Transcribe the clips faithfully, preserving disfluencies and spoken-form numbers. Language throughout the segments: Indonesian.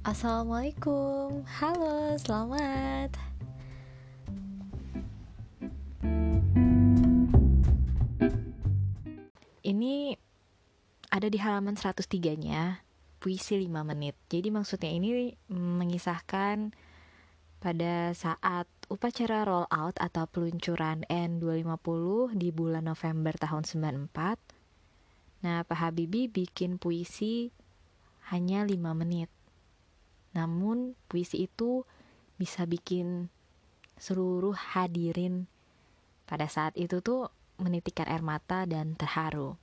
Assalamualaikum, halo, selamat. Ini ada di halaman seratus tiga-nya, puisi lima menit. Jadi maksudnya ini mengisahkan pada saat upacara roll out atau peluncuran N dua ratus lima puluh di bulan November tahun sembilan puluh empat. Nah, Pak Habibie bikin puisi hanya lima menit. Namun puisi itu bisa bikin seluruh hadirin pada saat itu tuh menitikkan air mata dan terharu.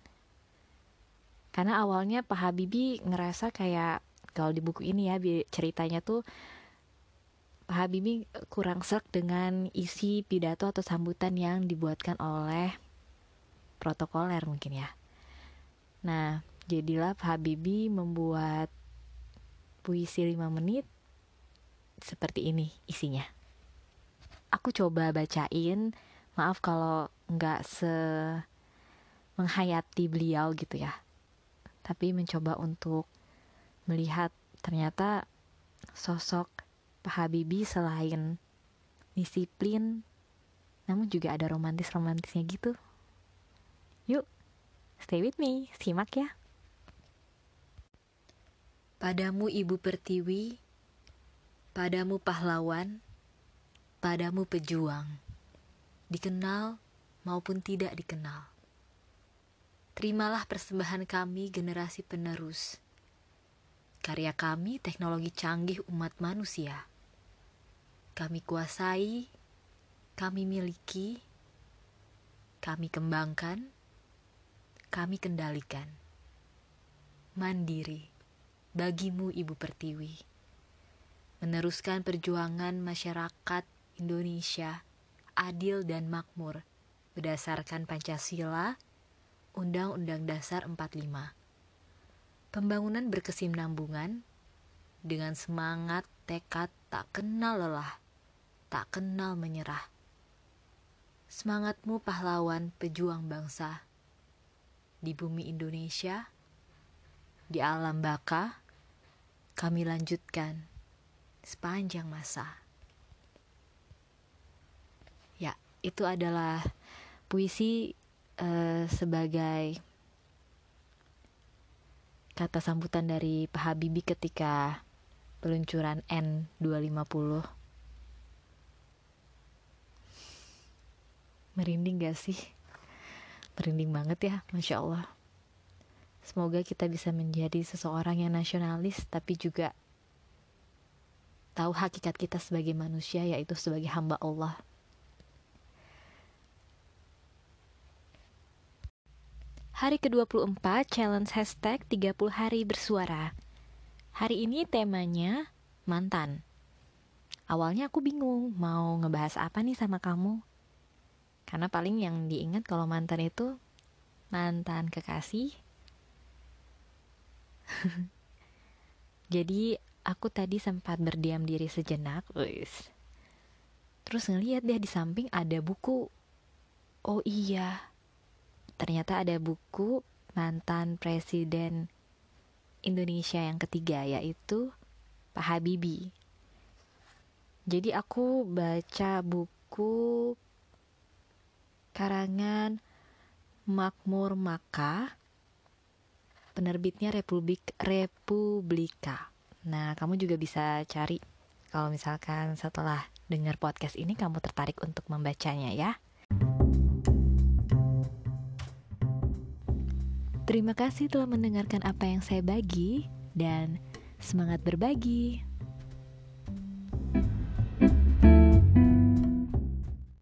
Karena awalnya Pak Habibie ngerasa kayak, kalau di buku ini ya ceritanya tuh, Pak Habibie kurang sreg dengan isi pidato atau sambutan yang dibuatkan oleh protokoler mungkin ya. Nah, jadilah Pak Habibie membuat puisi lima menit seperti ini isinya. Aku coba bacain, maaf kalau nggak se menghayati beliau gitu ya, tapi mencoba untuk melihat ternyata sosok Pak Habibie selain disiplin, namun juga ada romantis-romantisnya gitu. Yuk, stay with me, simak ya. Padamu Ibu Pertiwi, padamu pahlawan, padamu pejuang, dikenal maupun tidak dikenal. Terimalah persembahan kami generasi penerus. Karya kami teknologi canggih umat manusia. Kami kuasai, kami miliki, kami kembangkan, kami kendalikan. Mandiri, bagimu Ibu Pertiwi. Meneruskan perjuangan masyarakat Indonesia adil dan makmur berdasarkan Pancasila, Undang-Undang Dasar empat puluh lima. Pembangunan berkesinambungan dengan semangat tekad tak kenal lelah, tak kenal menyerah. Semangatmu pahlawan pejuang bangsa. Di bumi Indonesia, di alam baka, kami lanjutkan sepanjang masa. Ya, itu adalah puisi uh, sebagai kata sambutan dari Pak Habibie ketika peluncuran N dua ratus lima puluh. Merinding gak sih? Merinding banget ya, Masya Allah. Semoga kita bisa menjadi seseorang yang nasionalis, tapi juga tahu hakikat kita sebagai manusia, yaitu sebagai hamba Allah. Hari ke dua puluh empat, challenge hashtag tiga puluh hari bersuara. Hari ini temanya mantan. Awalnya aku bingung mau ngebahas apa nih sama kamu. Karena paling yang diingat kalau mantan itu mantan kekasih. Jadi aku tadi sempat berdiam diri sejenak. Uis. Terus ngeliat deh di samping ada buku. Oh iya, ternyata ada buku mantan presiden Indonesia yang ketiga, yaitu Pak Habibie. Jadi aku baca buku karangan Makmur Maka, penerbitnya Republik Republika. Nah, kamu juga bisa cari kalau misalkan setelah dengar podcast ini kamu tertarik untuk membacanya ya. Terima kasih telah mendengarkan apa yang saya bagi dan semangat berbagi.